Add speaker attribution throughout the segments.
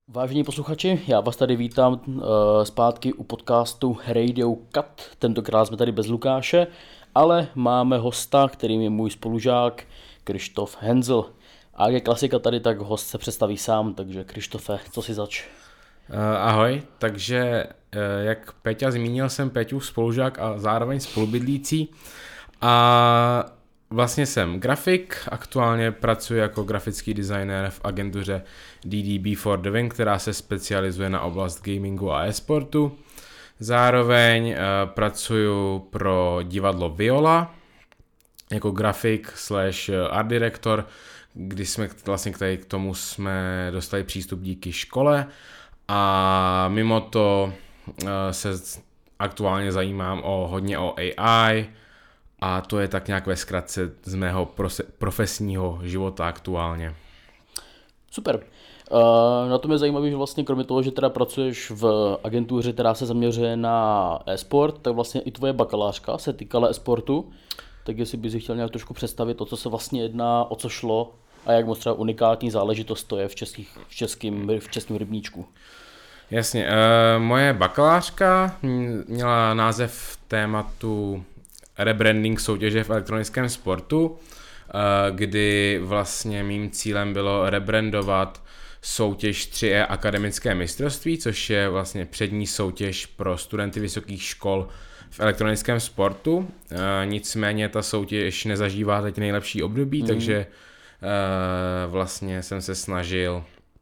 Speaker 1: Vážení posluchači, já vás tady vítám zpátky u podcastu Radio Cut. Tentokrát jsme tady bez Lukáše, ale máme hosta, kterým je můj spolužák Krištof Henzl. A jak je klasika tady, tak host se představí sám, takže Krištofe, co si zač?
Speaker 2: Ahoj, takže jak Peťa zmínil, jsem Peťův spolužák a zároveň spolubydlící a vlastně jsem grafik, aktuálně pracuji jako grafický designer v agentuře DDB for the Win, která se specializuje na oblast gamingu a e-sportu. Zároveň pracuji pro divadlo Viola jako grafik / art director, kdy jsme vlastně k tomu jsme dostali přístup díky škole. A mimo to se aktuálně zajímám hodně o AI a to je tak nějak ve zkratce z mého profesního života aktuálně.
Speaker 1: Super. Na tom je zajímavé, že vlastně kromě toho, že teda pracuješ v agentuře, která se zaměřuje na e-sport, tak vlastně i tvoje bakalářka se týkala e-sportu. Tak jestli bys chtěl nějak trošku představit to, co se vlastně jedná, o co šlo a jak moc třeba unikátní záležitost to je v českém rybníčku.
Speaker 2: Jasně, moje bakalářka měla název tématu rebranding soutěže v elektronickém sportu, kdy vlastně mým cílem bylo rebrandovat soutěž 3E akademické mistrovství, což je vlastně přední soutěž pro studenty vysokých škol v elektronickém sportu. Nicméně ta soutěž nezažívá teď nejlepší období, takže vlastně jsem se snažil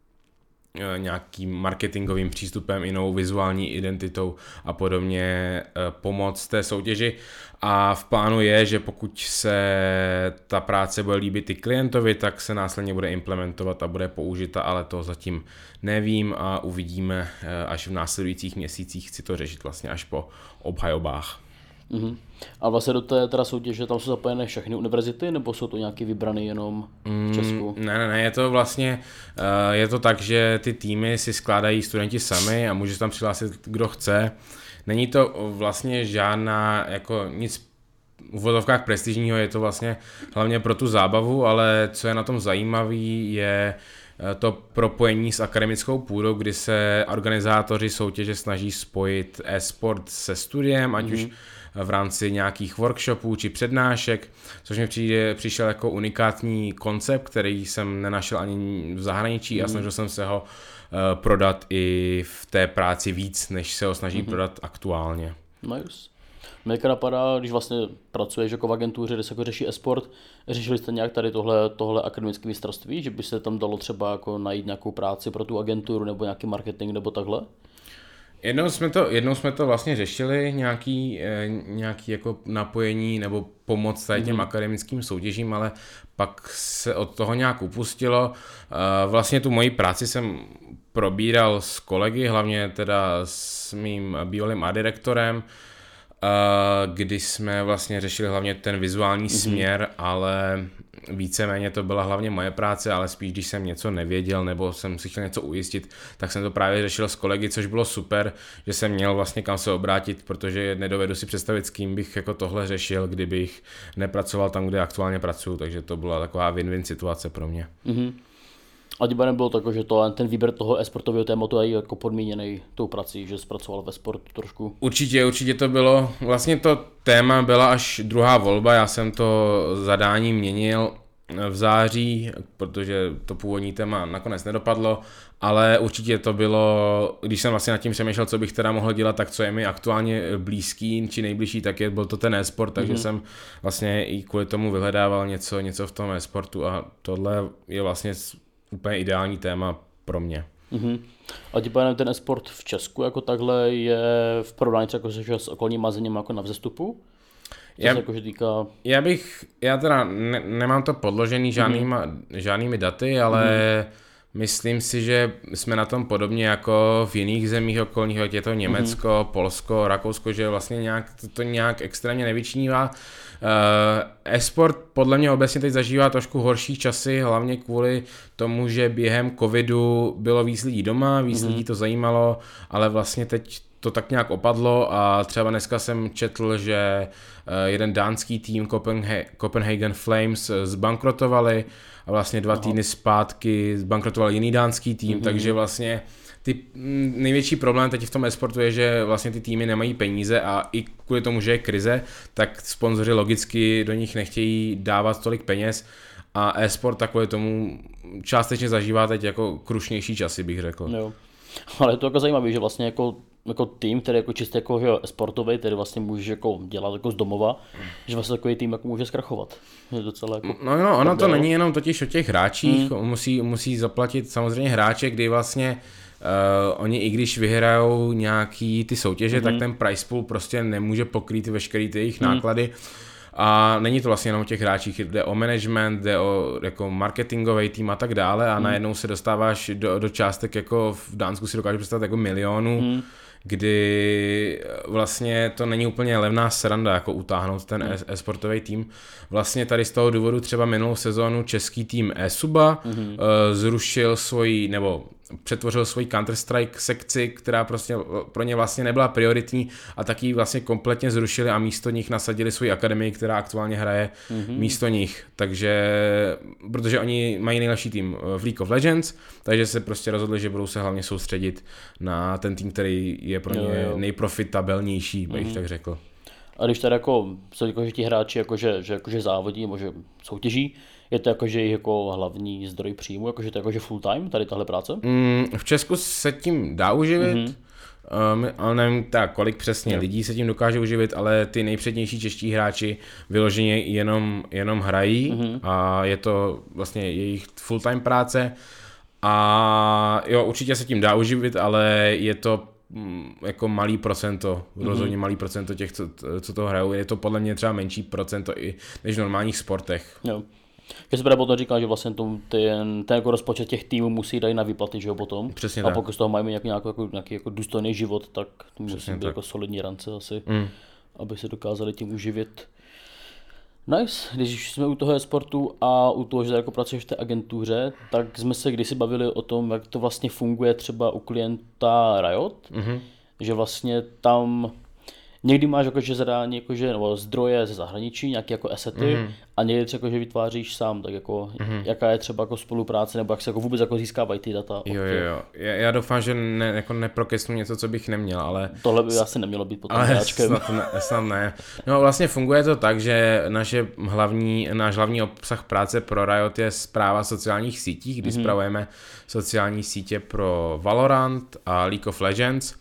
Speaker 2: nějakým marketingovým přístupem i novou vizuální identitou a podobně pomoct té soutěži. A v plánu je, že pokud se ta práce bude líbit i klientovi, tak se následně bude implementovat a bude použita, ale to zatím nevím a uvidíme až v následujících měsících. Chci to řešit vlastně až po obhajobách.
Speaker 1: Mm-hmm. A vlastně do té teda soutěže tam jsou zapojené všechny univerzity, nebo jsou to nějaký vybraný jenom v Česku?
Speaker 2: Ne, je to vlastně, je to tak, že ty týmy si skládají studenti sami a může se tam přihlásit kdo chce. Není to vlastně žádná, jako nic v uvozovkách prestižního, je to vlastně hlavně pro tu zábavu, ale co je na tom zajímavý je to propojení s akademickou půdou, kdy se organizátoři soutěže snaží spojit e-sport se studiem, ať už v rámci nějakých workshopů či přednášek, což mi přišel jako unikátní koncept, který jsem nenašel ani v zahraničí a snažil jsem se ho prodat i v té práci víc, než se ho snaží prodat aktuálně.
Speaker 1: Nice. Mě napadá, když vlastně pracuješ jako v agentuře, kde se jako řeší e-sport, řešili jste nějak tady tohle akademické mistrovství, že by se tam dalo třeba jako najít nějakou práci pro tu agenturu nebo nějaký marketing nebo takhle?
Speaker 2: Jednou jsme to vlastně řešili, nějaký jako napojení nebo pomoc tady těm akademickým soutěžím, ale pak se od toho nějak upustilo. Vlastně tu moji práci jsem probíral s kolegy, hlavně teda s mým bývalým art direktorem, kdy jsme vlastně řešili hlavně ten vizuální směr, ale víceméně to byla hlavně moje práce, ale spíš když jsem něco nevěděl nebo jsem si chtěl něco ujistit, tak jsem to právě řešil s kolegy, což bylo super, že jsem měl vlastně kam se obrátit, protože nedovedu si představit, s kým bych jako tohle řešil, kdybych nepracoval tam, kde aktuálně pracuju, takže to byla taková win-win situace pro mě.
Speaker 1: A tím nebylo tak, že ten výběr toho e-sportového tématu je jako podmíněný tou prací, že zpracoval ve sportu trošku?
Speaker 2: Určitě to bylo, vlastně to téma byla až druhá volba, já jsem to zadání měnil v září, protože to původní téma nakonec nedopadlo, ale určitě to bylo, když jsem vlastně nad tím přemýšlel, co bych teda mohl dělat, tak co je mi aktuálně blízký či nejbližší, tak byl to ten e-sport, takže jsem vlastně i kvůli tomu vyhledával něco v tom e-sportu a tohle je vlastně úplně ideální téma pro mě.
Speaker 1: A tím pádem ten e-sport v Česku jako takhle je v porovnání třeba s okolníma zeměmi jako na vzestupu?
Speaker 2: Já teda nemám to podložený žádnými daty, ale myslím si, že jsme na tom podobně jako v jiných zemích okolních, ať je to Německo, Polsko, Rakousko, že vlastně to nějak extrémně nevyčnívá. E-sport podle mě obecně teď zažívá trošku horší časy, hlavně kvůli tomu, že během covidu bylo víc lidí doma, víc lidí to zajímalo, ale vlastně teď to tak nějak opadlo a třeba dneska jsem četl, že jeden dánský tým Copenhagen Flames zbankrotovali a vlastně 2 týdny zpátky zbankrotoval jiný dánský tým, takže vlastně ty největší problém teď v tom e-sportu je, že vlastně ty týmy nemají peníze a i kvůli tomu, že je krize, tak sponzoři logicky do nich nechtějí dávat tolik peněz a e-sport takové tomu částečně zažívá teď jako krušnější časy, bych řekl.
Speaker 1: Jo. Ale je to jako zajímavé, že vlastně jako tým, který jako čistě jako sportový, který vlastně můžeš jako dělat jako z domova, že vlastně takový tým jako může zkrachovat. Je docela jako
Speaker 2: no, ono to není jenom totiž o těch hráčích, musí zaplatit samozřejmě hráče, kdy vlastně oni i když vyhrajou nějaký ty soutěže, tak ten prize pool prostě nemůže pokrýt veškerý ty jejich náklady. A není to vlastně jenom o těch hráčích, jde o management, jde o jako marketingový tým a tak dále a najednou se dostáváš do částek, jako v Dánsku si dokážu představit jako milionů, kdy vlastně to není úplně levná sranda jako utáhnout ten e-sportový tým. Vlastně tady z toho důvodu třeba minulou sezónu český tým eSuba zrušil přetvořil svoji Counter-Strike sekci, která prostě pro ně vlastně nebyla prioritní a taky vlastně kompletně zrušili a místo nich nasadili svoji akademii, která aktuálně hraje místo nich. Takže, protože oni mají nejlepší tým v League of Legends, takže se prostě rozhodli, že budou se hlavně soustředit na ten tým, který je pro ně nejprofitabilnější, bych tak řekl.
Speaker 1: A když tady jako jsou jako, že ti hráči že závodí nebo že soutěží, je to jako, že jejich jako hlavní zdroj příjmu, jakože to je jakože full time, tady tahle práce?
Speaker 2: V Česku se tím dá uživit, ale nevím tak, kolik přesně lidí se tím dokáže uživit, ale ty nejpřednější čeští hráči vyloženě jenom hrají a je to vlastně jejich full time práce a jo, určitě se tím dá uživit, ale je to jako malý procento, rozhodně malý procento těch, co to hrajou, je to podle mě třeba menší procento i než v normálních sportech.
Speaker 1: Jo. Když se právě potom říká, že vlastně ten jako rozpočet těch týmů musí dát na výplaty, že jo, potom.
Speaker 2: Přesně
Speaker 1: a
Speaker 2: tak.
Speaker 1: pokud z toho mají nějaký jako důstojný život, tak to musí být jako solidní rance asi, aby se dokázali tím uživit. Nice, když jsme u toho sportu a u toho, že jako pracuješ v té agentuře, tak jsme se kdysi bavili o tom, jak to vlastně funguje třeba u klienta Riot, že vlastně tam někdy máš jakože zadání, nebo zdroje ze zahraničí, nějaké jako asety a někdy třeba že vytváříš sám, tak jako jaká je třeba jako spolupráce nebo jak se jako vůbec jako získávají ty data.
Speaker 2: Jo. Já doufám, že jako neprokesnu něco, co bych neměl, ale...
Speaker 1: Tohle by asi nemělo být potom
Speaker 2: hráčkem. Snad ne. No vlastně funguje to tak, že náš hlavní obsah práce pro Riot je správa sociálních sítí, kdy spravujeme sociální sítě pro Valorant a League of Legends.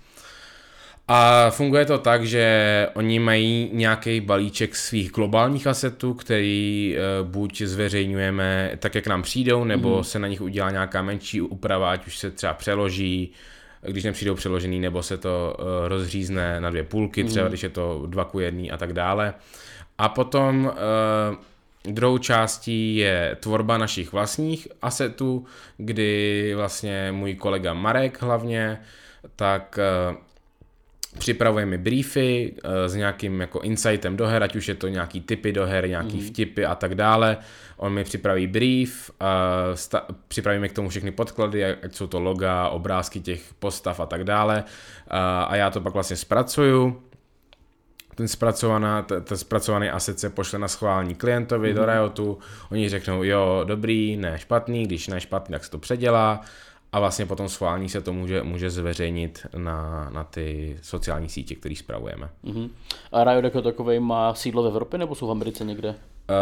Speaker 2: A funguje to tak, že oni mají nějaký balíček svých globálních asetů, který buď zveřejňujeme tak, jak nám přijdou, nebo se na nich udělá nějaká menší úprava, ať už se třeba přeloží, když nepřijdou přeložený, nebo se to rozřízne na 2 půlky, třeba když je to 2:1 a tak dále. A potom druhou částí je tvorba našich vlastních asetů, kdy vlastně můj kolega Marek hlavně, tak připravujeme briefy s nějakým jako insightem do her, ať už je to nějaký tipy do her, nějaký vtipy a tak dále. On mi připraví brief, připravíme k tomu všechny podklady, ať jsou to loga, obrázky těch postav a tak dále. A já to pak vlastně zpracuju. Ten zpracovaný asset se pošle na schválení klientovi do Riotu. Oni řeknou, jo, dobrý, ne špatný, když ne špatný, tak se to předělá. A vlastně potom schválení se to může zveřejnit na ty sociální sítě, které spravujeme.
Speaker 1: A Riot jako takovej má sídlo v Evropě nebo jsou v Americe někde?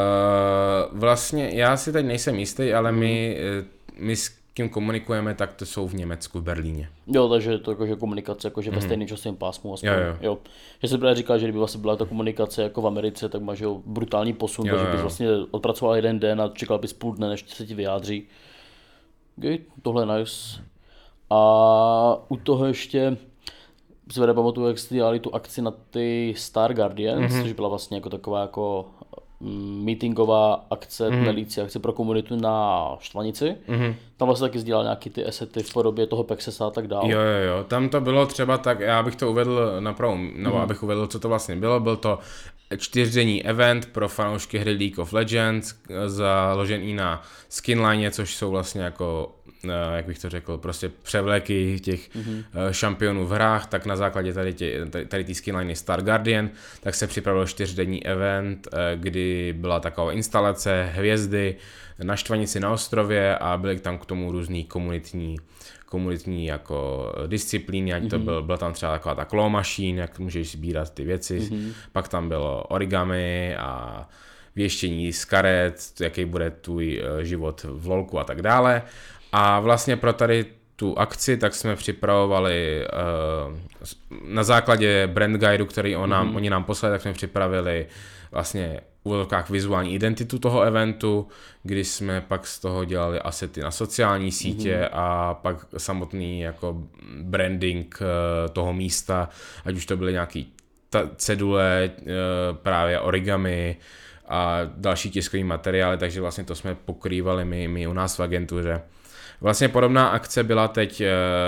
Speaker 2: Vlastně já si teď nejsem jistý, ale my s kým komunikujeme, tak to jsou v Německu, v Berlíně.
Speaker 1: Jo, takže to jakože komunikace jakože ve stejném časovém pásmu. Aspoň. Jo. Že se právě říká, že kdyby vlastně byla ta komunikace jako v Americe, tak máš brutální posun, že bys vlastně odpracoval jeden den a čekal bys půl dne, než se ti vyjádří. Okay, tohle je nice. A u toho ještě si pamatuju, jak jste dělali tu akci na ty Star Guardians, což byla vlastně jako taková jako meetingová akce, melící akce pro komunitu na Štvanici. Tam vlastně taky sdílel nějaký ty asety v podobě toho Pexesa a tak dále.
Speaker 2: Jo, tam to bylo třeba tak, já bych to uvedl abych uvedl, co to vlastně bylo. Byl to 4denní event pro fanoušky hry League of Legends, založený na Skinline, což jsou vlastně jako jak bych to řekl, prostě převleky těch šampionů v hrách, tak na základě tady té skinliny Star Guardian, tak se připravil 4denní event, kdy byla taková instalace hvězdy na Štvanici na ostrově a byly tam k tomu různý komunitní jako disciplíny, ať to byla tam třeba taková ta claw machine, jak můžeš sbírat ty věci, pak tam bylo origami a věštění z karet, jaký bude tvůj život v LoLku a tak dále. A vlastně pro tady tu akci tak jsme připravovali na základě brand guideu, který oni nám poslali, tak jsme připravili vlastně v úvodovkách vizuální identitu toho eventu, kdy jsme pak z toho dělali asety na sociální sítě a pak samotný jako branding toho místa, ať už to byly nějaký cedule, právě origami a další tiskový materiály, takže vlastně to jsme pokrývali my u nás v agentuře. Vlastně podobná akce byla teď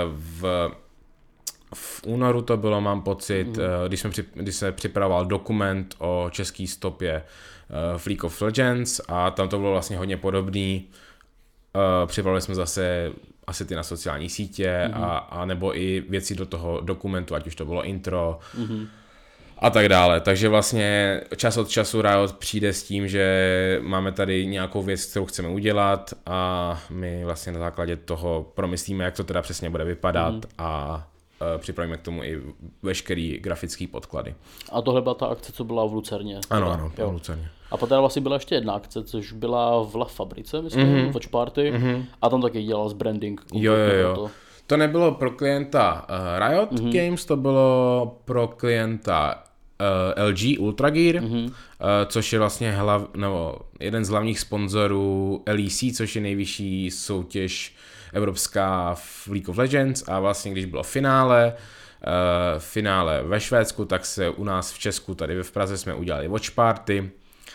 Speaker 2: v únoru to bylo, mám pocit, když se připravoval dokument o české stopě v League of Legends a tam to bylo vlastně hodně podobný. Připravili jsme zase asi ty na sociální sítě a nebo i věci do toho dokumentu, ať už to bylo intro a tak dále. Takže vlastně čas od času Riot přijde s tím, že máme tady nějakou věc, kterou chceme udělat a my vlastně na základě toho promyslíme, jak to teda přesně bude vypadat a připravíme k tomu i veškerý grafický podklady.
Speaker 1: A tohle byla ta akce, co byla v Lucerně?
Speaker 2: Ano, v Lucerně.
Speaker 1: A potom vlastně byla ještě jedna akce, což byla v La Fabrice, myslím, Watch Party, a tam taky dělal s branding.
Speaker 2: Jo. To nebylo pro klienta Riot Games, to bylo pro klienta LG Ultra Gear, což je vlastně jeden z hlavních sponzorů LEC, což je nejvyšší soutěž evropská v League of Legends a vlastně když bylo finále ve Švédsku, tak se u nás v Česku, tady v Praze jsme udělali Watch Party,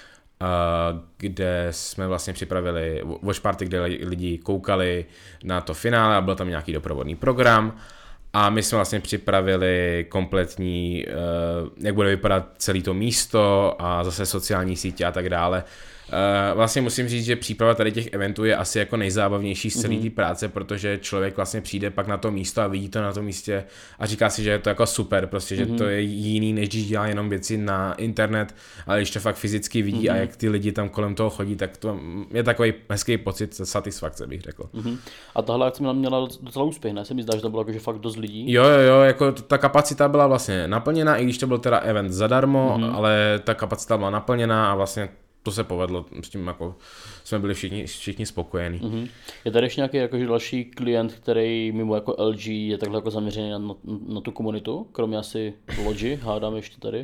Speaker 2: kde jsme vlastně připravili Watch Party, kde lidi koukali na to finále a byl tam nějaký doprovodný program a my jsme vlastně připravili kompletní, jak bude vypadat celé to místo a zase sociální sítě a tak dále. Vlastně musím říct, že příprava tady těch eventů je asi jako nejzábavnější z celé té práce, protože člověk vlastně přijde pak na to místo a vidí to na tom místě a říká si, že je to jako super, prostě, že to je jiný, než když dělá jenom věci na internet, ale když to fakt fyzicky vidí a jak ty lidi tam kolem toho chodí, tak to je takový hezký pocit satisfakce, bych řekl.
Speaker 1: A tahle akce měla docela úspěch, ne? Se mi zdá, že to bylo jako, že fakt dost lidí.
Speaker 2: Jo, jako ta kapacita byla vlastně naplněná, i když to byl teda event zadarmo, ale ta kapacita byla naplněná a vlastně to se povedlo, s tím jako jsme byli všichni spokojení.
Speaker 1: Je tady ještě nějaký jakože další klient, který mimo jako LG je takhle jako zaměřený na tu komunitu, kromě asi Logi, hádám ještě tady?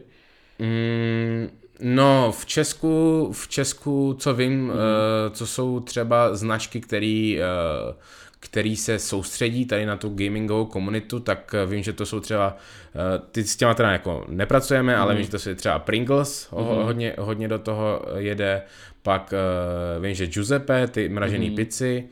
Speaker 2: No, v Česku, co vím, co jsou třeba značky, který se soustředí tady na tu gamingovou komunitu, tak vím, že to jsou třeba, ty s těma teda jako nepracujeme, ale vím, že to jsou třeba Pringles, hodně do toho jede, pak vím, že Giuseppe, ty mražený pizzy,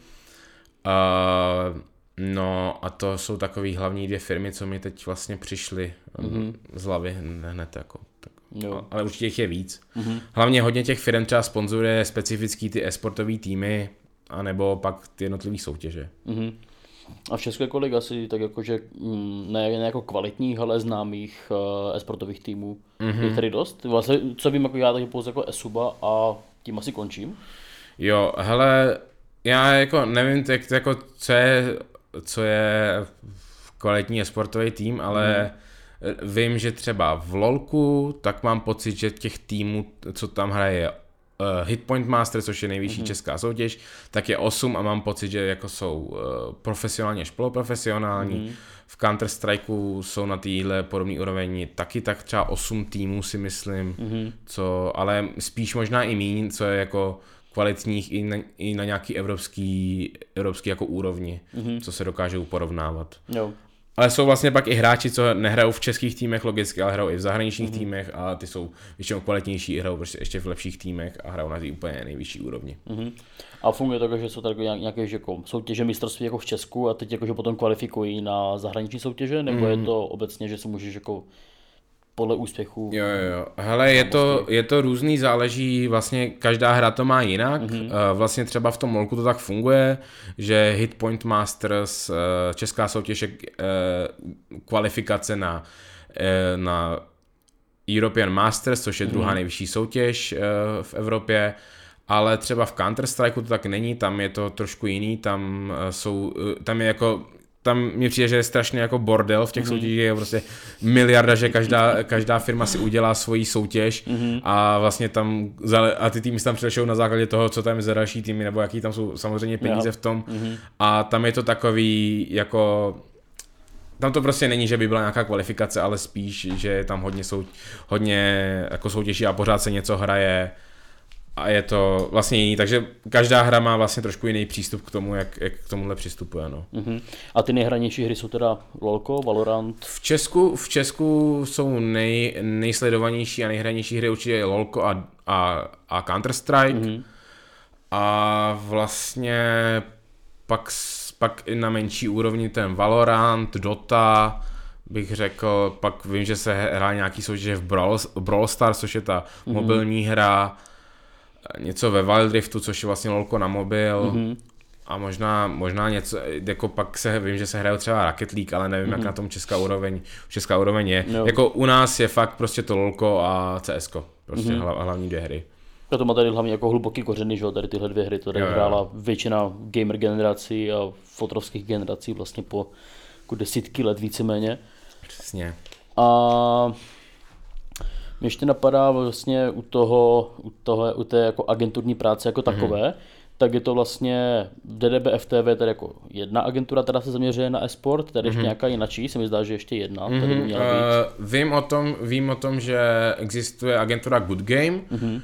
Speaker 2: no a to jsou takový hlavní dvě firmy, co mi teď vlastně přišly z hlavy hned jako. Ale určitě jich je víc. Hlavně hodně těch firm třeba sponzoruje specifický ty e-sportový týmy, anebo pak ty jednotlivý soutěže.
Speaker 1: A v Česku je kolik asi tak jakože ne jako kvalitních, ale známých e-sportových týmů? Je tady dost? Vlastně, co vím, jako já taky pouze jako e-suba a tím asi končím.
Speaker 2: Jo, hele, já jako nevím, jako, co je kvalitní e-sportový tým, ale vím, že třeba v LoLku, tak mám pocit, že těch týmů, co tam hraje Hitpoint Master, což je nejvyšší česká soutěž, tak je 8 a mám pocit, že jako jsou profesionální až poloprofesionální. V Counter-Strikeu jsou na téhle podobné úrovni taky tak třeba 8 týmů si myslím, ale spíš možná i míň, co je jako kvalitních i na nějaký evropský jako úrovni, co se dokážou porovnávat.
Speaker 1: Jo.
Speaker 2: Ale jsou vlastně pak i hráči, co nehrajou v českých týmech logicky, ale hrajou i v zahraničních týmech a ty jsou většinou kvalitnější i hrajou prostě ještě v lepších týmech a hrajou na té úplně nejvyšší úrovni.
Speaker 1: A funguje to, že jsou tady nějaké jako soutěže mistrovství jako v Česku a teď jakože potom kvalifikují na zahraniční soutěže, nebo je to obecně, že se můžeš jako podle úspěchu.
Speaker 2: Jo. Hele, je to různý, záleží, vlastně každá hra to má jinak. Vlastně třeba v tom LoLku to tak funguje, že Hit Point Masters, česká soutěž je kvalifikace na European Masters, což je druhá nejvyšší soutěž v Evropě, ale třeba v Counter-Strikeu to tak není, tam je to trošku jiný, tam je jako, tam mně přijde, že je strašně jako bordel v těch soutěžích, je prostě miliarda, že každá firma si udělá svoji soutěž a vlastně tam, a ty týmy tam přilešou na základě toho, co tam je za další týmy, nebo jaký tam jsou samozřejmě peníze v tom a tam je to takový jako, tam to prostě není, že by byla nějaká kvalifikace, ale spíš, že je tam hodně jako soutěží a pořád se něco hraje a je to vlastně jiný, takže každá hra má vlastně trošku jiný přístup k tomu, jak k tomuhle přistupuje. No.
Speaker 1: A ty nejhranější hry jsou teda LoLko, Valorant?
Speaker 2: V Česku jsou nejsledovanější a nejhranější hry určitě LoLko a Counter-Strike a vlastně pak i na menší úrovni ten Valorant, Dota, bych řekl, pak vím, že se hrá nějaký soutěže v Brawl Stars, což je ta mobilní hra, něco ve Wild Riftu, což je vlastně LoLko na mobil a možná něco, jako pak vím, že se hraje třeba Rocket League, ale nevím, jak na tom česká úroveň je. No. Jako u nás je fakt prostě to LoLko a CSko, prostě hlavní dvě hry.
Speaker 1: A to má tady hlavně jako hluboký kořeny, že tady tyhle dvě hry, to tady hrála většina gamer generací a fotrovských generací vlastně po jako desítky let víceméně.
Speaker 2: Přesně.
Speaker 1: A mě ještě napadá vlastně u té jako agenturní práce jako takové, tak je to vlastně DDB FTV, tedy jako jedna agentura, která se zaměřuje na e-sport, tady ještě nějaká jinačí, se mi zdá, že ještě jedna, tady by měla být.
Speaker 2: Vím o tom, že existuje agentura Good Game,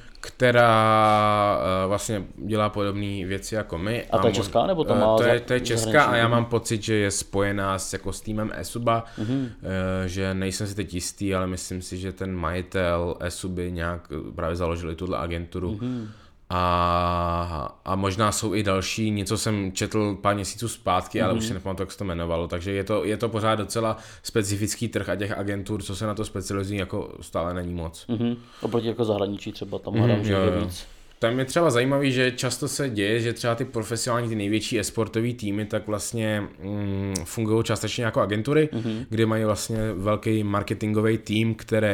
Speaker 2: která vlastně dělá podobné věci jako my.
Speaker 1: A to je česká, nebo to má
Speaker 2: to je česká a já mám pocit, že je spojená s týmem eSuba, že nejsem si teď jistý, ale myslím si, že ten majitel eSuby nějak právě založili tuhle agenturu. A možná jsou i další, něco jsem četl pár měsíců zpátky, ale už si nepamatuji, jak se to jmenovalo, takže je to pořád docela specifický trh a těch agentur, co se na to specializují, jako stále není moc.
Speaker 1: Oproti jako zahraničí třeba tam hledám, že je víc.
Speaker 2: Tam je třeba zajímavý, že často se děje, že třeba ty profesionální, ty největší e-sportový týmy, tak vlastně fungují částečně jako agentury, kde mají vlastně velký marketingový tým,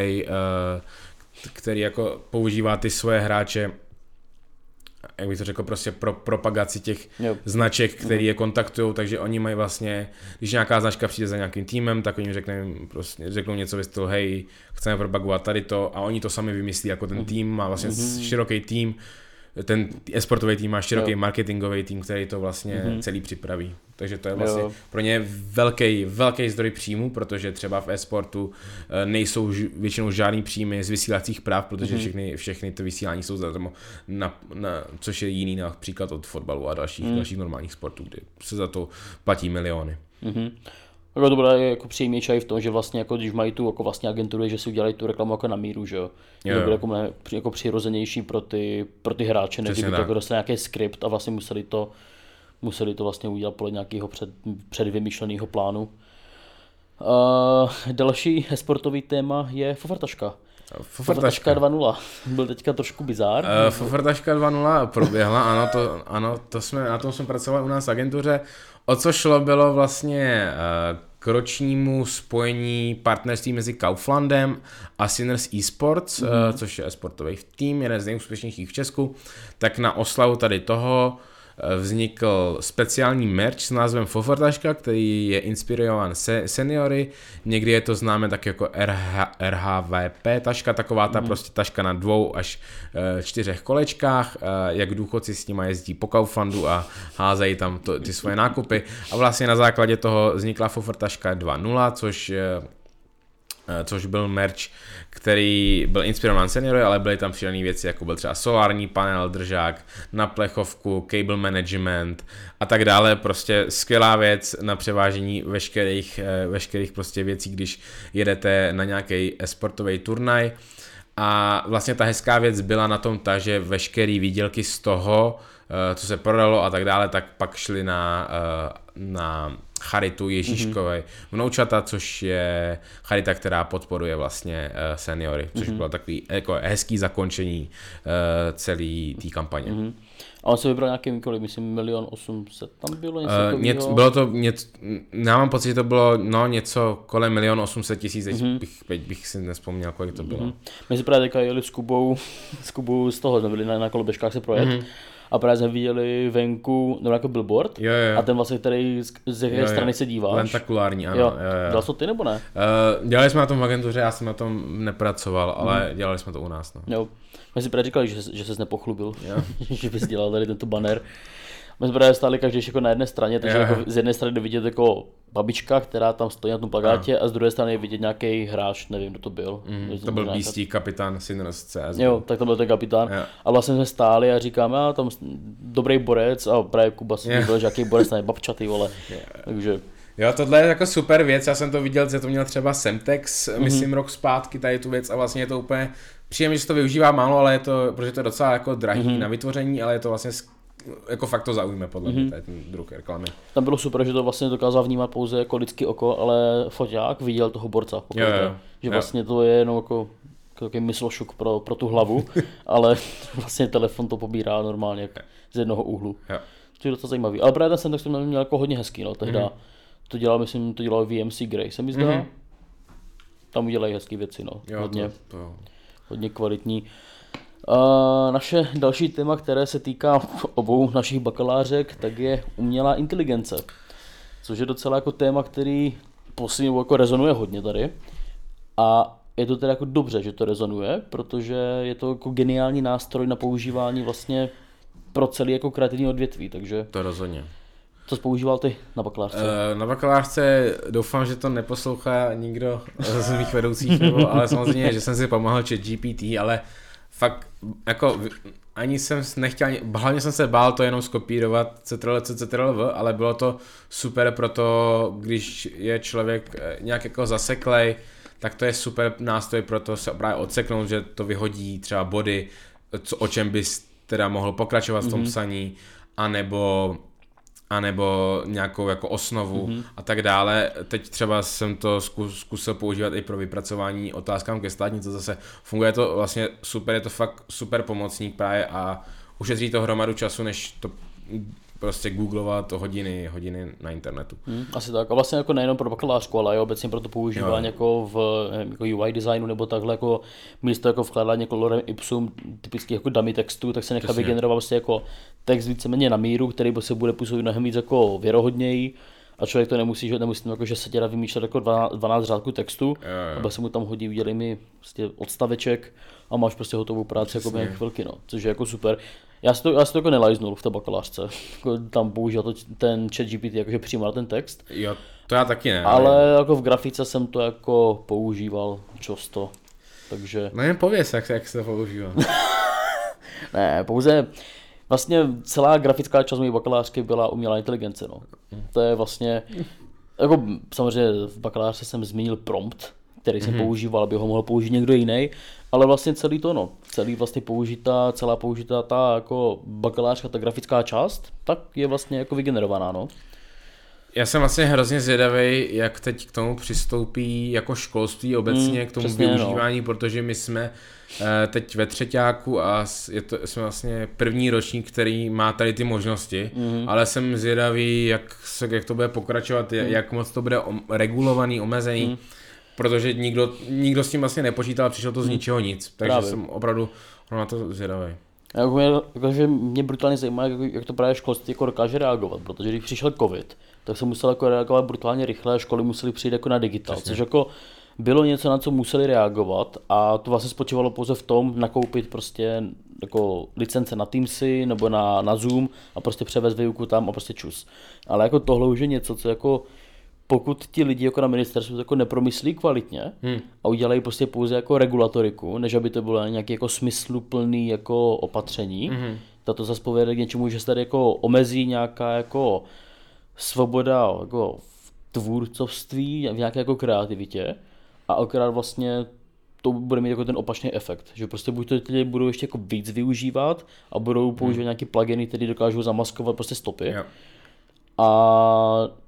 Speaker 2: který jako používá ty svoje hráče, jak bych to řekl, prostě pro propagaci těch značek, který je kontaktujou, takže oni mají vlastně, když nějaká značka přijde za nějakým týmem, tak oni řeknou něco ve stylu, hej, chceme propagovat tady to a oni to sami vymyslí jako ten tým, má vlastně široký tým, ten e-sportový tým má široký marketingový tým, který to vlastně celý připraví. Takže to je vlastně pro ně velký zdroj příjmu, protože třeba v e-sportu nejsou většinou žádný příjmy z vysílacích práv, protože všechny ty vysílání jsou zadarmo, což je jiný například od fotbalu a dalších normálních sportů, kdy se za to platí miliony.
Speaker 1: Jako to bude jako příjemnější i v tom, že vlastně jako když mají tu jako vlastně agenturu, že si udělají tu reklamu jako na míru, že jo. To bude jako přirozenější pro ty hráče, než kdyby to jako dostali nějaký skript a vlastně museli to vlastně udělat podle nějakého předvymyšleného plánu. Další sportovní téma je Fofartaška. Fofartaška 2.0. Byl teďka trošku bizár.
Speaker 2: Fofartaška 2.0 proběhla, ano, na tom jsme pracovali u nás v agentuře. O co šlo, bylo vlastně k ročnímu spojení partnerství mezi Kauflandem a Sinners eSports, což je e-sportový tým, jeden z nejúspěšnějších v Česku. Tak na oslavu tady toho vznikl speciální merch s názvem Fofartaška, který je inspirován seniory. Někdy je to známe tak jako RHVP taška, taková ta prostě taška na 2 až 4 kolečkách, jak důchodci s nima jezdí po Kauflandu a házejí tam ty svoje nákupy. A vlastně na základě toho vznikla Fofartaška 2.0, což byl merch, který byl inspirován seniory, ale byly tam přidané věci, jako byl třeba solární panel, držák, na plechovku, cable management a tak dále. Prostě skvělá věc na převážení veškerých prostě věcí, když jedete na nějaký e-sportový turnaj. A vlastně ta hezká věc byla na tom ta, že veškerý výdělky z toho, co se prodalo a tak dále, tak pak šly na charitu Ježíškové vnoučata, což je charita, která podporuje vlastně seniory, což bylo takový jako hezký zakončení celý té kampaně.
Speaker 1: A on se vybral nějaký kolik, myslím 1 800 000, tam bylo něco
Speaker 2: bylo to něco, já mám pocit, že to bylo něco kolem 1 800 000, bych si nespomněl, kolik to bylo.
Speaker 1: My si právě teďka jeli s Kubou z toho, jsme byli na koloběžkách se projet. A právě jsme viděli venku, nebo jako billboard,
Speaker 2: jo.
Speaker 1: A ten vlastně, který z jaké strany se díváš.
Speaker 2: Lentakulární, ano.
Speaker 1: Jo. Dělal jsi to ty nebo ne?
Speaker 2: Dělali jsme na tom v agentuře, já jsem na tom nepracoval, ale dělali jsme to u nás. No.
Speaker 1: Jo. My si právě říkali, že ses nepochlubil, že bys dělal tady tento banner. My jsme právě stáli každý jako na jedné straně, takže jako z jedné strany jde vidět jako babička, která tam stojí na tom plakátě a z druhé strany je vidět nějaký hráč, nevím, kdo to byl.
Speaker 2: To byl Beastie, kapitán Sinners CS.
Speaker 1: Jo, tak to byl ten kapitán. A vlastně jsme stáli a říkáme, tam dobrý borec a právě Kuba si byl, že jaký borec, ne babčatý, vole. Takže...
Speaker 2: Jo, tohle je jako super věc, já jsem to viděl, že to měl třeba Semtex, myslím rok zpátky, tady tu věc a vlastně je to úplně příjemně, že se to využívá málo, ale je to, protože to je docela jako drahý na vytvoření, ale je to vlastně jako fakt to zaujme podle mě, tady ten druh reklamy.
Speaker 1: Tam bylo super, že to vlastně dokázal vnímat pouze jako lidský oko, ale foťák viděl toho borca. Že vlastně to je jenom jako takový myslošuk pro tu hlavu, ale vlastně telefon to pobírá normálně z jednoho úhlu. To je docela zajímavý. Ale právě ten Semtex to měl jako hodně hezký, no, tehda. To dělal VMC Grey, se mi zdá. Tam udělají hezký věci, no. Hodně kvalitní. Naše další téma, které se týká obou našich bakalářek, tak je umělá inteligence. Což je docela jako téma, který posledně jako rezonuje hodně tady. A je to teda jako dobře, že to rezonuje, protože je to jako geniální nástroj na používání vlastně pro celý jako kreativní odvětví, takže...
Speaker 2: To rozhodně.
Speaker 1: Co jsi používal ty na bakalářce?
Speaker 2: Na bakalářce doufám, že to neposlouchá nikdo z mých vedoucích, ale samozřejmě, že jsem si pomáhal ChatGPT, ale fakt jako ani jsem nechtěl, hlavně jsem se bál to jenom skopírovat Ctrl-V, ale bylo to super pro to, když je člověk nějak jako zaseklej, tak to je super nástroj pro to se právě odseknout, že to vyhodí třeba body, o čem bys teda mohl pokračovat v tom psaní, anebo nějakou jako osnovu a tak dále. Teď třeba jsem to zkusil používat i pro vypracování otázkám ke státní, to zase funguje to vlastně super, je to fakt super pomocník právě a ušetří to hromadu času, než to prostě googlovat hodiny na internetu.
Speaker 1: Asi tak. A vlastně jako nejenom pro bakalářku, ale i obecně pro to používání jako v jako UI designu nebo takhle jako místo jako vkládání jako lorem ipsum typických jako dummy textů, tak se nechá vygenerovat vlastně jako text víceméně na míru, který se bude působit mnohem víc jako věrohodněji a člověk to nemusí jako, že se dělá vymýšlet jako 12 řádků textu, aby se mu tam hodí, udělej mi prostě odstaveček a máš prostě hotovou práci jako během chvilky, no, což je jako super. Já si to jako nelajznul v té bakalářce, jako tam použil ten ChatGPT jakože přímo na ten text.
Speaker 2: Jo, to já taky ne.
Speaker 1: Ale jako v grafice jsem to jako používal často, takže...
Speaker 2: No jen pověz, jak se to používá.
Speaker 1: Ne, pouze vlastně celá grafická část mé bakalářky byla umělá inteligence, no. To je vlastně, jako samozřejmě v bakalářce jsem zmínil prompt, který jsem používal, aby ho mohl použít někdo jiný, ale vlastně celá použitá ta jako bakalářka, ta grafická část, tak je vlastně jako vygenerovaná, no.
Speaker 2: Já jsem vlastně hrozně zvědavý, jak teď k tomu přistoupí jako školství obecně, k tomu využívání, protože my jsme teď ve třeťáku a jsme vlastně první ročník, který má tady ty možnosti, ale jsem zvědavý, jak to bude pokračovat, jak moc to bude regulovaný, omezený, protože nikdo s tím vlastně nepočítal, přišlo to z ničeho nic, takže jsem opravdu na to zvědavý.
Speaker 1: Jakože mě brutálně zajímá, jak to právě školství jako dokáže reagovat, protože když přišel covid, tak se musel jako reagovat brutálně rychle a školy musely přijít jako na digitál, což jako bylo něco, na co museli reagovat a to vlastně spočívalo pouze v tom nakoupit prostě jako licence na Teamsy nebo na Zoom a prostě převést výuku tam a prostě čus. Ale jako tohle už je něco, co jako pokud ti lidi jako na ministerstvu jako nepromyslí kvalitně a udělají prostě pouze jako regulatoriku, než aby to bylo nějaké jako smysluplný jako opatření, to zase povede k něčemu, že se tady jako omezí nějaká jako svoboda jako v tvůrcovství, v nějaké jako kreativitě a akorát vlastně to bude mít jako ten opačný efekt, že prostě buď to lidi budou ještě jako víc využívat a budou používat nějaké pluginy, které dokážou zamaskovat prostě stopy. A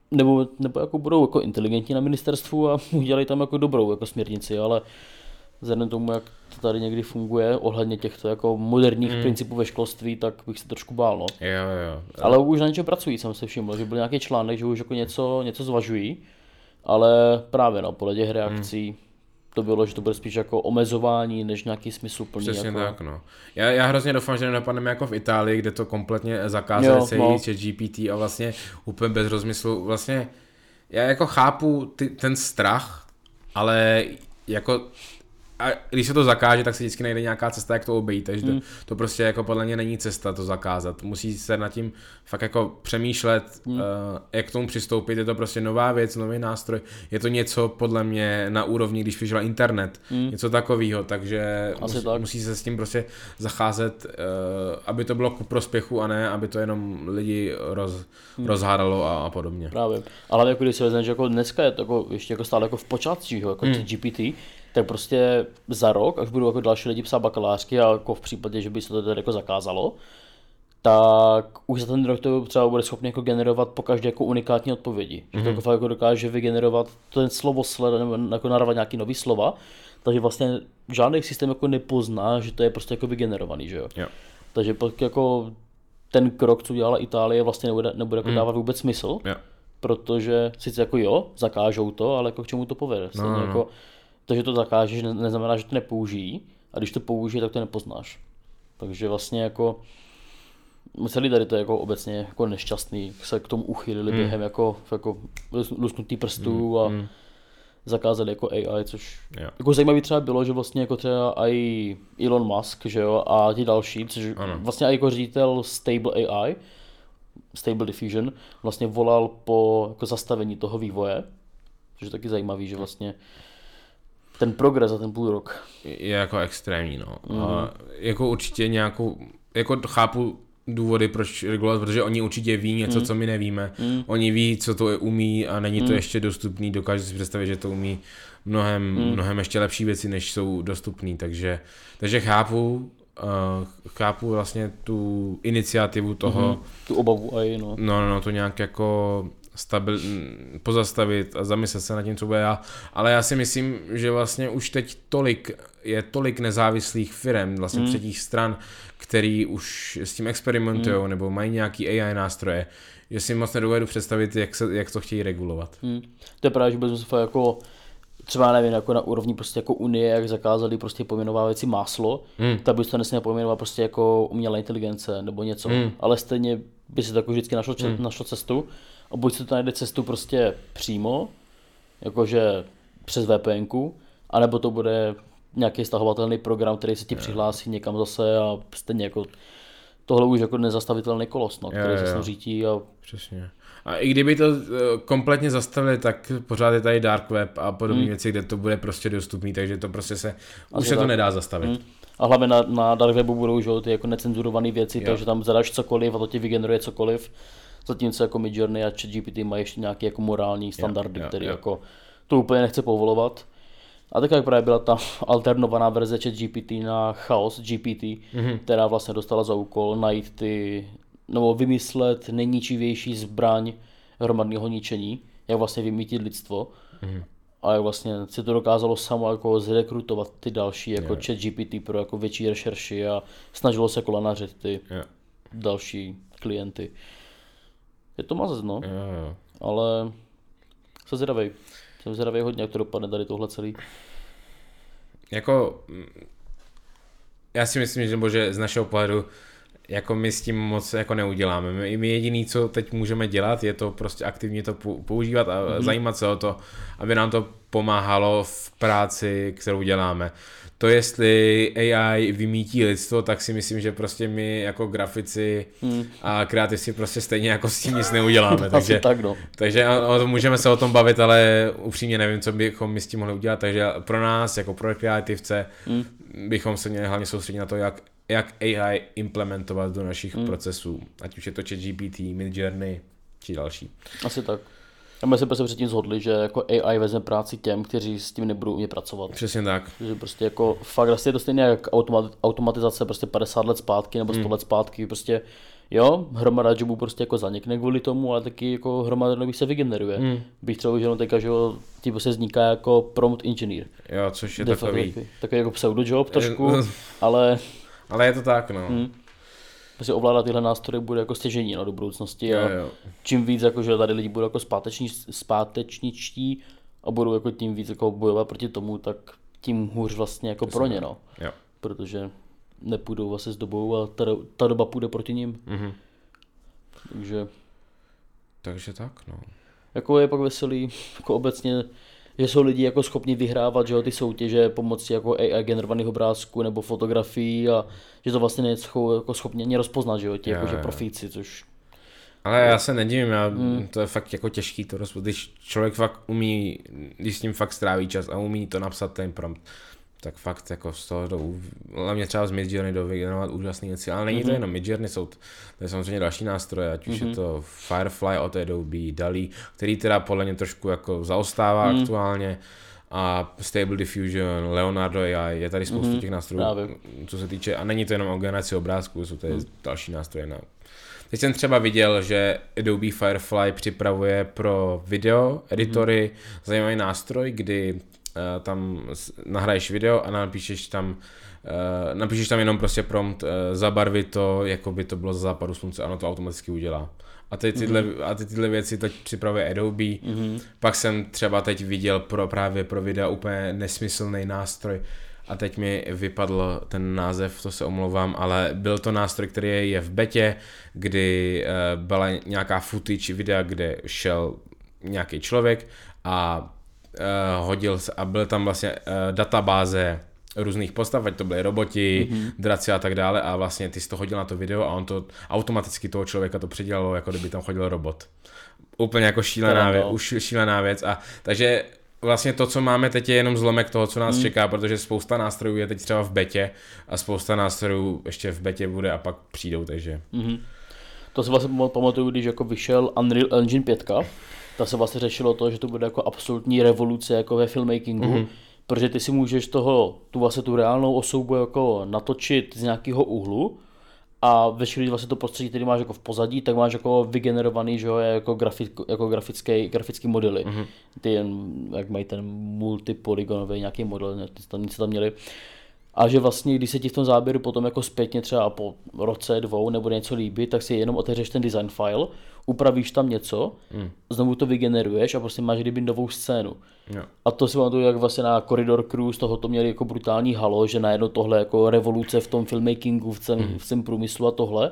Speaker 1: Nebo jako budou jako inteligentní na ministerstvu a udělají tam jako dobrou jako směrnici, ale vzhledem tomu, jak to tady někdy funguje ohledně těchto jako moderních principů ve školství, tak bych se trošku bál, no.
Speaker 2: Jo.
Speaker 1: Ale už na něčem pracují, jsem se všiml, že byl nějaký článek, že už jako něco zvažují, ale právě no, podle těch reakcí to bylo, že to bude spíš jako omezování, než nějaký smysluplný.
Speaker 2: Přesně
Speaker 1: jako...
Speaker 2: tak, no. Já hrozně doufám, že nedopadneme jako v Itálii, kde to kompletně zakázali celý ChatGPT a vlastně úplně bez rozmyslu. Vlastně já jako chápu ten strach, ale jako a když se to zakáže, tak se vždycky najde nějaká cesta, jak to obejít, takže to prostě jako podle mě není cesta to zakázat. Musí se nad tím fakt jako přemýšlet, jak k tomu přistoupit, je to prostě nová věc, nový nástroj, je to něco podle mě na úrovni, když přišel internet, něco takového, takže musí se s tím prostě zacházet, aby to bylo ku prospěchu a ne, aby to jenom lidi rozhádalo a podobně.
Speaker 1: Právě, ale jako když se vezme, že jako dneska je to jako, ještě jako stále jako v počátcích, jako GPT, tak prostě za rok, až budou jako další lidi psát bakalářky a jako v případě, že by se to tady jako zakázalo, tak už za ten rok to třeba bude schopný jako generovat po každé jako unikátní odpovědi. Že to jako fakt jako dokáže vygenerovat ten slovosled nebo jako narvat nějaký nový slova, takže vlastně žádný systém jako nepozná, že to je prostě jako vygenerovaný, že jo. Takže pak jako ten krok, co dělala Itálie, vlastně nebude jako dávat vůbec smysl, protože sice jako zakážou to, ale jako k čemu to povede. Jako, to, že to zakážeš, neznamená, že to nepoužijí, a když to použije, tak to nepoznáš. Takže vlastně jako celý tady to je jako obecně jako nešťastný, se k tomu uchylili během jako lusknutý prstů a zakázali jako AI, což jako zajímavý třeba bylo, že vlastně jako třeba i Elon Musk, že jo, a ti další, což vlastně i jako ředitel Stable Diffusion, vlastně volal po jako zastavení toho vývoje, což je taky zajímavý, že vlastně ten progres za ten půl rok
Speaker 2: je jako extrémní, no. A jako určitě nějakou, jako chápu důvody, proč regulovat, protože oni určitě ví něco, co my nevíme. Oni ví, co to umí a není to ještě dostupný, dokážu si představit, že to umí mnohem ještě lepší věci, než jsou dostupný, takže chápu vlastně tu iniciativu toho.
Speaker 1: Tu obavu aj, no.
Speaker 2: No, to nějak jako pozastavit a zamyslet se nad tím, co bude ale já si myslím, že vlastně už teď tolik nezávislých firem, vlastně třetích stran, který už s tím experimentujou nebo mají nějaký AI nástroje, že si moc nedovedu představit, jak to chtějí regulovat.
Speaker 1: To je právě, že bychom se jako třeba nevím, jako na úrovni prostě jako Unie, jak zakázali prostě pojmenovávat věci máslo, tak bys to nesměl pojmenovat prostě jako umělá inteligence nebo něco, ale stejně by se to jako vždycky našlo cestu. A buď se to najde cestu prostě přímo, jakože přes VPNku, anebo to bude nějaký stahovatelný program, který se ti přihlásí někam zase a stejně jako tohle už jako nezastavitelný kolos, no, který se řítí a...
Speaker 2: Přesně. A i kdyby to kompletně zastavili, tak pořád je tady dark web a podobné věci, kde to bude prostě dostupný, takže to prostě už se to nedá zastavit.
Speaker 1: A hlavně na dark webu budou že, ty jako necenzurované věci, takže tam zadáš cokoliv a to ti vygeneruje cokoliv. Zatímco jako Midjourney a ChatGPT mají ještě nějaké jako morální standardy, které jako to úplně nechce povolovat. A tak jak právě byla ta alternovaná verze ChatGPT na Chaos GPT, která vlastně dostala za úkol najít nebo vymyslet nejničivější zbraň hromadného ničení, jak vlastně vymítit lidstvo. A jak vlastně si to dokázalo samo jako zrekrutovat ty další jako ChatGPT pro jako větší rešerši a snažilo se kolanařit ty další klienty. Je to mazec, no, ale jsem zvědavej hodně, jak to dopadne tady tohle celý.
Speaker 2: Jako, já si myslím, že z našeho pohledu jako my s tím moc jako neuděláme. My jediný, co teď můžeme dělat, je to prostě aktivně to používat a zajímat se o to, aby nám to pomáhalo v práci, kterou děláme. To, jestli AI vymítí lidstvo, tak si myslím, že prostě my jako grafici a kreativci prostě stejně jako s tím nic neuděláme. Takže,
Speaker 1: tak, no.
Speaker 2: Takže můžeme se o tom bavit, ale upřímně nevím, co bychom my s tím mohli udělat. Takže pro nás, jako pro kreativce, bychom se měli hlavně soustředit na to, jak AI implementovat do našich procesů. Ať už je to ChatGPT, Midjourney či další.
Speaker 1: Asi tak. A my se prostě předtím shodli, že jako AI vezme práci těm, kteří s tím nebudou umět pracovat.
Speaker 2: Přesně tak.
Speaker 1: Že prostě jako fakt vlastně je to stejně jak automatizace prostě 50 let zpátky nebo 100 let zpátky, prostě Jo, hromada jobů prostě jako zanikne kvůli tomu, ale taky jako hromada nových se vygeneruje. Bych třeba udělal teďka, že ti prostě vzniká jako prompt engineer.
Speaker 2: Jo, což je takový
Speaker 1: jako pseudojob trošku, ale...
Speaker 2: Ale je to tak, no.
Speaker 1: Prostě ovládat tyhle nástroje bude jako stěžení do budoucnosti a čím víc jako, že tady lidi budou jako zpátečničtí a budou jako tím víc jako bojovat proti tomu, tak tím hůř vlastně jako pro ně, no.
Speaker 2: Jo.
Speaker 1: Protože nepůjdou vlastně s dobou a ta doba půjde proti nim.
Speaker 2: Takže tak, no.
Speaker 1: Jako je pak veselý, jako obecně, že jsou lidi jako schopni vyhrávat, že jo, ty soutěže pomocí jako AI generovaných obrázků nebo fotografií a že to vlastně nejsou jako schopni ani rozpoznat, že jo, ti jakože profíci, což...
Speaker 2: Ale já se nedivím, to je fakt jako těžký to rozpoznat, když člověk fakt umí, když s tím fakt stráví čas a umí to napsat ten prompt, tak fakt jako z toho hlavně třeba z Midjourney jdou vygenerovat úžasné věci, ale není to jenom Midjourney, to je samozřejmě další nástroje, ať už je to Firefly od Adobe, DALL-E, který teda podle mě trošku jako zaostává aktuálně, a Stable Diffusion, Leonardo AI, je tady spoustu těch nástrojů, co se týče, a není to jenom o generaci obrázků, jsou tady další nástroje na... Teď jsem třeba viděl, že Adobe Firefly připravuje pro video editory zajímavý nástroj, kdy tam nahraješ video a napíšeš tam jenom prostě prompt, zabarvi to, jako by to bylo za západu slunce, ano, to automaticky udělá. A tyhle věci teď připravuje Adobe. Pak jsem třeba teď viděl právě pro videa úplně nesmyslný nástroj a teď mi vypadl ten název, to se omlouvám, ale byl to nástroj, který je v betě, kdy byla nějaká footage videa, kde šel nějaký člověk a hodil se, a byl tam vlastně databáze různých postav, ať to byly roboti, draci a tak dále, a vlastně ty jsi to hodil na to video a on to automaticky toho člověka to předělalo, jako kdyby tam chodil robot. Úplně jako šílená věc. A takže vlastně to, co máme teď, je jenom zlomek toho, co nás čeká, protože spousta nástrojů je teď třeba v betě a spousta nástrojů ještě v betě bude a pak přijdou, takže...
Speaker 1: To si vlastně pamatuju, když jako vyšel Unreal Engine 5, tak se vlastně řešilo to, že to bude jako absolutní revoluce jako ve filmmakingu, protože ty si můžeš tu reálnou osobu jako natočit z nějakého úhlu a veškerý vlastně to prostředí, který máš jako v pozadí, tak máš jako vygenerovaný, že jo, jako grafický modely. Ty jak mají ten multipolygonový nějaký model, nic tam měli. A že vlastně, když se ti v tom záběru potom jako zpětně třeba po roce, 2 nebo něco líbí, tak si jenom otevřeš ten design file, upravíš tam něco, znovu to vygeneruješ a prostě máš kdyby novou scénu.
Speaker 2: Jo.
Speaker 1: A to si pamatuju, jak vlastně na Corridor Crew z toho to měli jako brutální halo, že najednou tohle jako revoluce v tom filmmakingu, v celém průmyslu a tohle.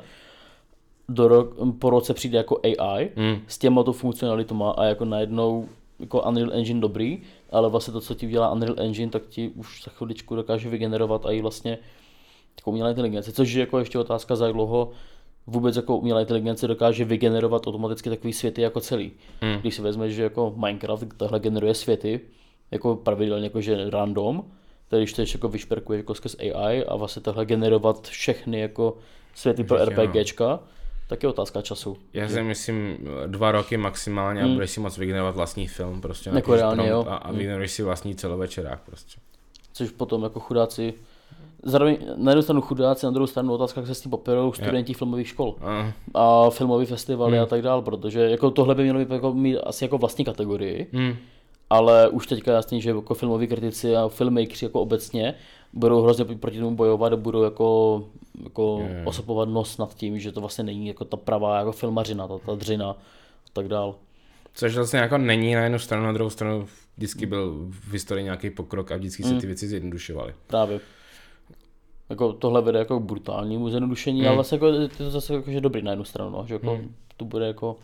Speaker 1: Po roce přijde jako AI s těmato funkcionalitama a jako najednou jako Unreal Engine dobrý, ale vlastně to, co ti udělá Unreal Engine, tak ti už za chviličku dokáže vygenerovat i vlastně jako umělá inteligence, což je jako ještě otázka, za jak dlouho vůbec jako umělá inteligence dokáže vygenerovat automaticky takový světy jako celý. Když si vezmeš, že jako Minecraft tohle generuje světy, jako pravidelně jakože random, tedy když to ještě jako vyšperkuje jako skrz AI a vlastně tohle generovat všechny jako světy pro RPGčka, tak je otázka času.
Speaker 2: Já si myslím 2 roky maximálně a budeš si moc vygenerovat vlastní film prostě
Speaker 1: jako reálně, jo.
Speaker 2: A vygeneruješ si vlastní celovečerák prostě.
Speaker 1: Což potom jako chudáci, zároveň na jednu stranu chudáci, na druhou stranu otázka, jak se s tím popirou studenti filmových škol a filmový festivaly a tak dál, protože jako tohle by mělo být jako mít asi jako vlastní kategorii, ale už teďka jasný, že jako filmoví kritici a filmmakeri jako obecně budou hrozně proti tomu bojovat a budou jako osopovat nos nad tím, že to vlastně není jako ta pravá jako filmařina, ta dřina a tak dál.
Speaker 2: Což vlastně jako není na jednu stranu, na druhou stranu vždycky byl v historii nějaký pokrok a vždycky se ty věci zjednodušovaly.
Speaker 1: Právě. Jako tohle vede jako k brutálnímu zjednodušení, ale vlastně jako, je to zase jako, že dobrý na jednu stranu, no, že jako to bude jako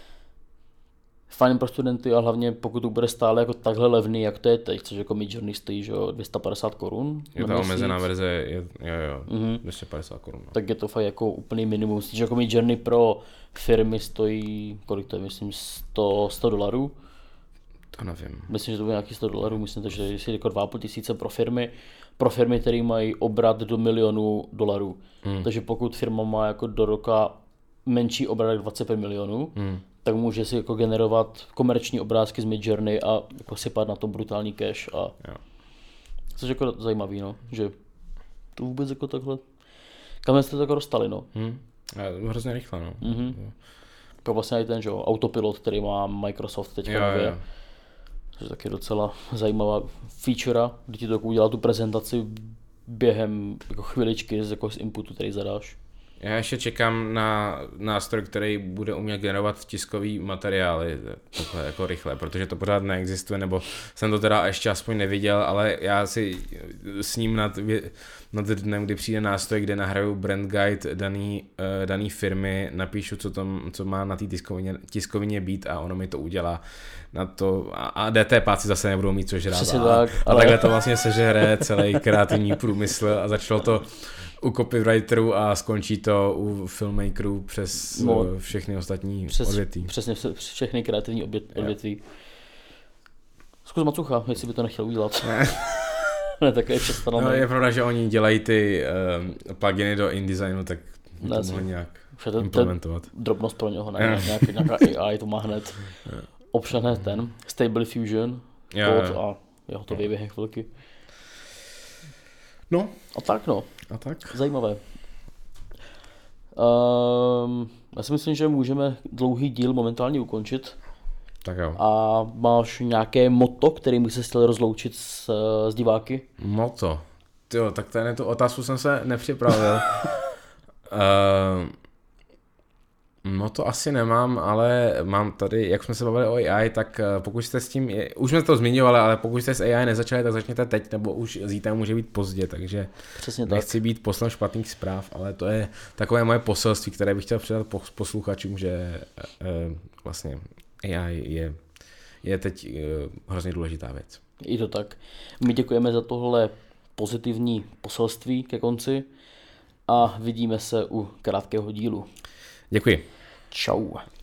Speaker 1: fajn pro studenty a hlavně pokud to bude stále jako takhle levný, jak to je teď, což jako Midjourney stojí, že jo, 250 korun.
Speaker 2: Je ta omezená verze, jo, 250 korun. No.
Speaker 1: Tak je to fakt jako úplný minimum, myslím, že jako Midjourney pro firmy stojí, kolik to je, myslím, $100.
Speaker 2: To nevím.
Speaker 1: Myslím, že to bude nějaký $100, myslím, že je jako 2,5 tisíce pro firmy, které mají obrat do $1 milionu. Takže pokud firma má jako do roka menší obrat jak 25 milionů, tak může si jako generovat komerční obrázky z Midjourney a jako sypat na tom brutální cash a což je jako zajímavý, no, že to vůbec jako takhle, kam jste to jako dostali, no.
Speaker 2: Hrozně rychle, no.
Speaker 1: To vlastně i ten, že jo, autopilot, který má Microsoft teďka nově. To je taky docela zajímavá feature, kdy ti to udělá tu prezentaci během jako chviličky jako z inputu, který zadáš.
Speaker 2: Já ještě čekám na nástroj, který bude umět generovat tiskový materiály takhle jako rychle, protože to pořád neexistuje, nebo jsem to teda ještě aspoň neviděl, ale já si s ním nad dnem, kdy přijde nástroj, kde nahraju brand guide daný firmy, napíšu, co má na té tiskovině být a ono mi to udělá. Na to, a DTPáci zase nebudou mít co žrát. A takhle to vlastně sežere celý kreativní průmysl a začalo to u copywriterů a skončí to u filmmakerů přes všechny ostatní odvětví.
Speaker 1: Přesně všechny kreativní odvětví. Zkus Macucha, jestli by to nechtěl udělat. Ne, tak je přestanou.
Speaker 2: No, je pravda, že oni dělají ty pluginy do InDesignu, tak to mohli nějak implementovat.
Speaker 1: Drobnost pro něho, ne, nějaká AI to má hned. Obšlené ten Stable Fusion kód a je hotový během chvilky.
Speaker 2: No.
Speaker 1: A tak no.
Speaker 2: A tak.
Speaker 1: Zajímavé. Já si myslím, že můžeme dlouhý díl momentálně ukončit.
Speaker 2: Tak jo.
Speaker 1: A máš nějaké motto, kterým bych se chtěl rozloučit s diváky?
Speaker 2: Motto? Tyjo, tak tady tu otázku jsem se nepřipravil. No to asi nemám, ale mám tady, jak jsme se bavili o AI, tak pokud jste s tím, už jsme to zmiňovali, ale pokud jste s AI nezačali, tak začněte teď, nebo už zítra může být pozdě, takže
Speaker 1: přesně
Speaker 2: nechci být poslem špatných zpráv, ale to je takové moje poselství, které bych chtěl předat posluchačům, že vlastně AI je teď hrozně důležitá věc.
Speaker 1: Je to tak. My děkujeme za tohle pozitivní poselství ke konci a vidíme se u krátkého dílu.
Speaker 2: Děkuji.
Speaker 1: Čau.